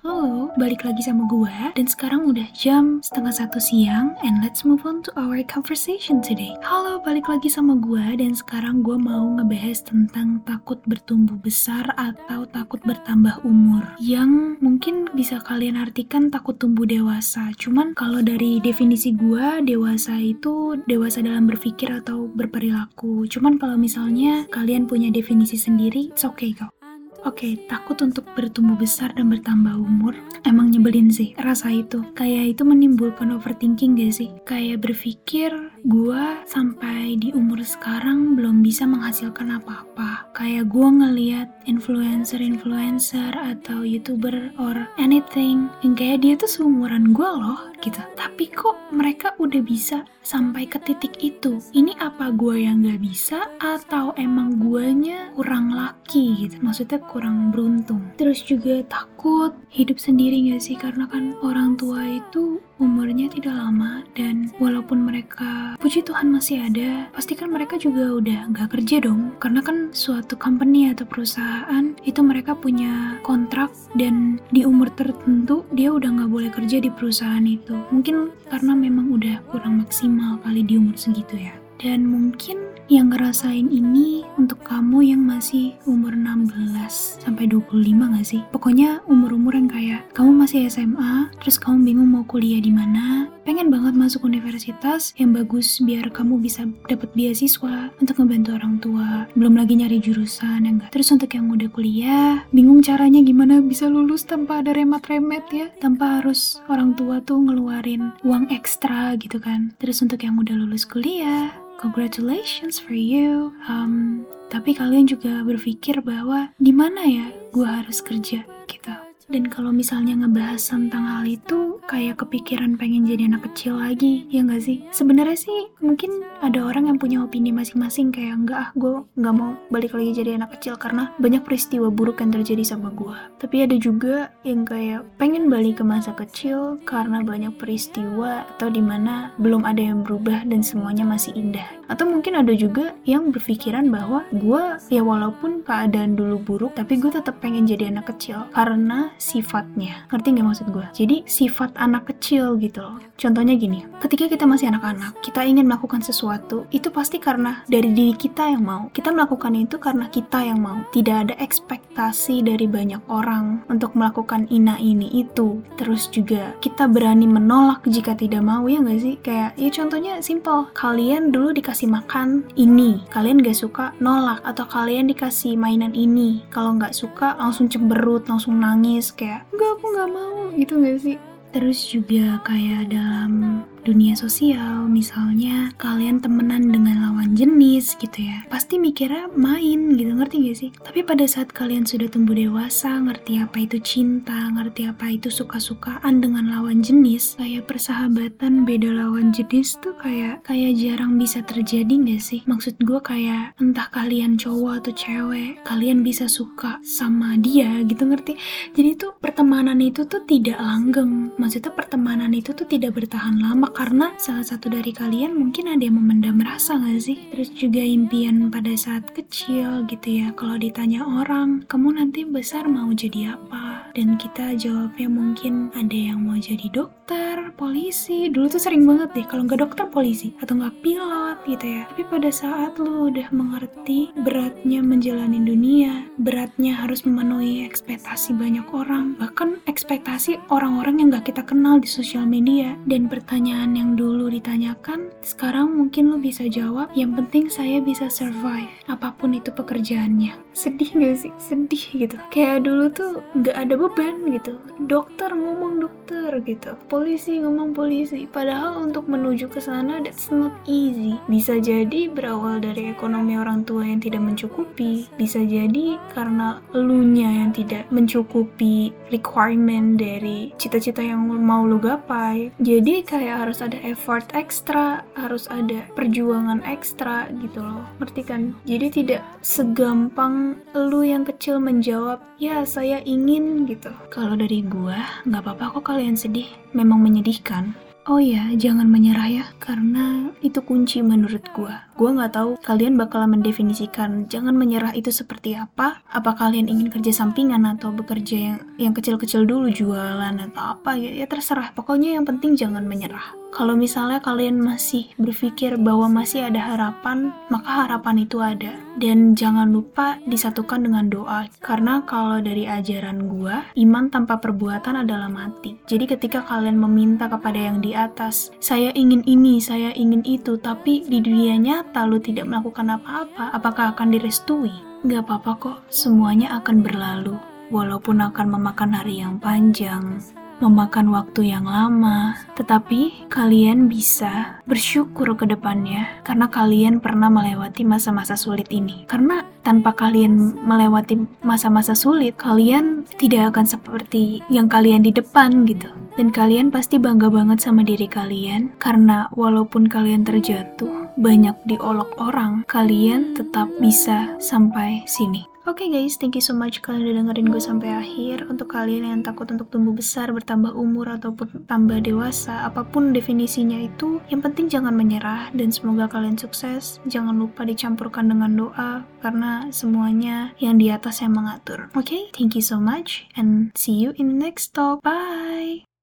Halo, balik lagi sama gua dan sekarang udah jam 12:30 siang and let's move on to our conversation today. Halo, balik lagi sama gua dan sekarang gua mau ngebahas tentang takut bertumbuh besar atau takut bertambah umur. Yang mungkin bisa kalian artikan takut tumbuh dewasa. Cuman kalau dari definisi gua, dewasa itu dewasa dalam berpikir atau berperilaku. Cuman kalau misalnya kalian punya definisi sendiri, it's okay kok. Oke, takut untuk bertumbuh besar dan bertambah umur. Emang nyebelin sih rasa itu. Kayak itu menimbulkan overthinking gak sih? Kayak berpikir gua sampai di umur sekarang belum bisa menghasilkan apa-apa. Kayak gua ngeliat influencer atau YouTuber or anything yang kayak dia tuh seumuran gua loh gitu. Tapi kok mereka udah bisa sampai ke titik itu? Ini apa gua yang gak bisa atau emang guanya kurang lucky gitu? Maksudnya kurang beruntung. Terus juga takut hidup sendiri gak sih? Karena kan orang tua itu umurnya tidak lama dan walaupun mereka puji Tuhan masih ada, pasti kan mereka juga udah gak kerja dong. Karena kan suatu company atau perusahaan itu mereka punya kontrak dan di umur tertentu dia udah gak boleh kerja di perusahaan itu. Mungkin karena memang udah kurang maksimal kali di umur segitu ya. Dan mungkin yang ngerasain ini untuk kamu yang masih umur 16 sampai 25 gak sih? Pokoknya umur-umur yang kayak kamu masih SMA, terus kamu bingung mau kuliah di mana, pengen banget masuk universitas yang bagus biar kamu bisa dapat beasiswa untuk ngebantu orang tua, belum lagi nyari jurusan ya enggak. Terus untuk yang udah kuliah, bingung caranya gimana bisa lulus tanpa ada remat-remet ya, tanpa harus orang tua tuh ngeluarin uang ekstra gitu kan. Terus untuk yang udah lulus kuliah, congratulations for you. Tapi kalian juga berpikir bahwa di mana ya gue harus kerja gitu. Dan kalau misalnya ngebahas tentang hal itu, kayak kepikiran pengen jadi anak kecil lagi, ya nggak sih? Sebenarnya sih mungkin ada orang yang punya opini masing-masing kayak gue nggak mau balik lagi jadi anak kecil karena banyak peristiwa buruk yang terjadi sama gue. Tapi ada juga yang kayak pengen balik ke masa kecil karena banyak peristiwa atau dimana belum ada yang berubah dan semuanya masih indah. Atau mungkin ada juga yang berpikiran bahwa gue ya walaupun keadaan dulu buruk, tapi gue tetap pengen jadi anak kecil karena sifatnya. Ngerti gak maksud gue? Jadi sifat anak kecil gitu loh. Contohnya gini, ketika kita masih anak-anak, kita ingin melakukan sesuatu, itu pasti karena dari diri kita yang mau. Kita melakukan itu karena kita yang mau. Tidak ada ekspektasi dari banyak orang untuk melakukan ini itu. Terus juga kita berani menolak jika tidak mau, ya gak sih? Kayak, ya contohnya simple. Kalian dulu dikasih makan ini, kalian gak suka, nolak. Atau kalian dikasih mainan ini, kalau gak suka langsung cemberut, langsung nangis, kayak enggak, aku gak mau gitu gak sih? Terus juga kayak dalam dunia sosial, misalnya kalian temenan dengan lawan jenis gitu ya, pasti mikirnya main gitu, ngerti gak sih? Tapi pada saat kalian sudah tumbuh dewasa, ngerti apa itu cinta, ngerti apa itu suka-sukaan dengan lawan jenis, kayak persahabatan beda lawan jenis tuh kayak jarang bisa terjadi gak sih? Maksud gue kayak entah kalian cowok atau cewek, kalian bisa suka sama dia gitu, ngerti? Jadi tuh pertemanan itu tuh tidak langgeng, maksudnya pertemanan itu tuh tidak bertahan lama karena salah satu dari kalian mungkin ada yang memendam rasa gak sih? Terus juga impian pada saat kecil gitu ya, kalau ditanya orang, kamu nanti besar mau jadi apa? Dan kita jawabnya mungkin ada yang mau jadi dokter, polisi. Dulu tuh sering banget deh, kalau nggak dokter polisi atau nggak pilot gitu ya. Tapi pada saat lu udah mengerti beratnya menjalani dunia, beratnya harus memenuhi ekspektasi banyak orang, bahkan ekspektasi orang-orang yang nggak kita kenal di sosial media, dan pertanyaan yang dulu ditanyakan, sekarang mungkin lu bisa jawab, yang penting saya bisa survive, apapun itu pekerjaannya. Sedih gak sih? Sedih gitu. Kayak dulu tuh gak ada beban gitu. Dokter ngomong dokter gitu. Polisi ngomong polisi. Padahal untuk menuju ke sana that's not easy. Bisa jadi berawal dari ekonomi orang tua yang tidak mencukupi. Bisa jadi karena elunya yang tidak mencukupi requirement dari cita-cita yang mau lu gapai. Jadi kayak harus ada effort ekstra, harus ada perjuangan ekstra gitu loh. Ngerti kan? Jadi tidak segampang lu yang kecil menjawab, ya saya ingin gitu. Kalau dari gua, gak apa-apa kok kalian sedih. Memang menyedihkan. Oh ya, jangan menyerah ya, karena itu kunci menurut gua. Gua nggak tahu kalian bakal mendefinisikan jangan menyerah itu seperti apa. Apa kalian ingin kerja sampingan atau bekerja yang kecil-kecil dulu, jualan atau apa ya terserah. Pokoknya yang penting jangan menyerah. Kalau misalnya kalian masih berpikir bahwa masih ada harapan, maka harapan itu ada. Dan jangan lupa disatukan dengan doa. Karena kalau dari ajaran gua, iman tanpa perbuatan adalah mati. Jadi ketika kalian meminta kepada yang di atas, saya ingin ini, saya ingin itu, tapi di dunia nyata lu tidak melakukan apa-apa, apakah akan direstui? Gak apa-apa kok, semuanya akan berlalu. Walaupun akan memakan hari yang panjang, memakan waktu yang lama, tetapi kalian bisa bersyukur ke depannya karena kalian pernah melewati masa-masa sulit ini. Karena tanpa kalian melewati masa-masa sulit, kalian tidak akan seperti yang kalian di depan gitu. Dan kalian pasti bangga banget sama diri kalian karena walaupun kalian terjatuh, banyak diolok orang, kalian tetap bisa sampai sini. Oke guys, thank you so much kalian udah dengerin gue sampai akhir. Untuk kalian yang takut untuk tumbuh besar, bertambah umur, ataupun tambah dewasa, apapun definisinya itu, yang penting jangan menyerah dan semoga kalian sukses. Jangan lupa dicampurkan dengan doa, karena semuanya yang di atas yang mengatur. Oke, thank you so much and see you in the next talk. Bye!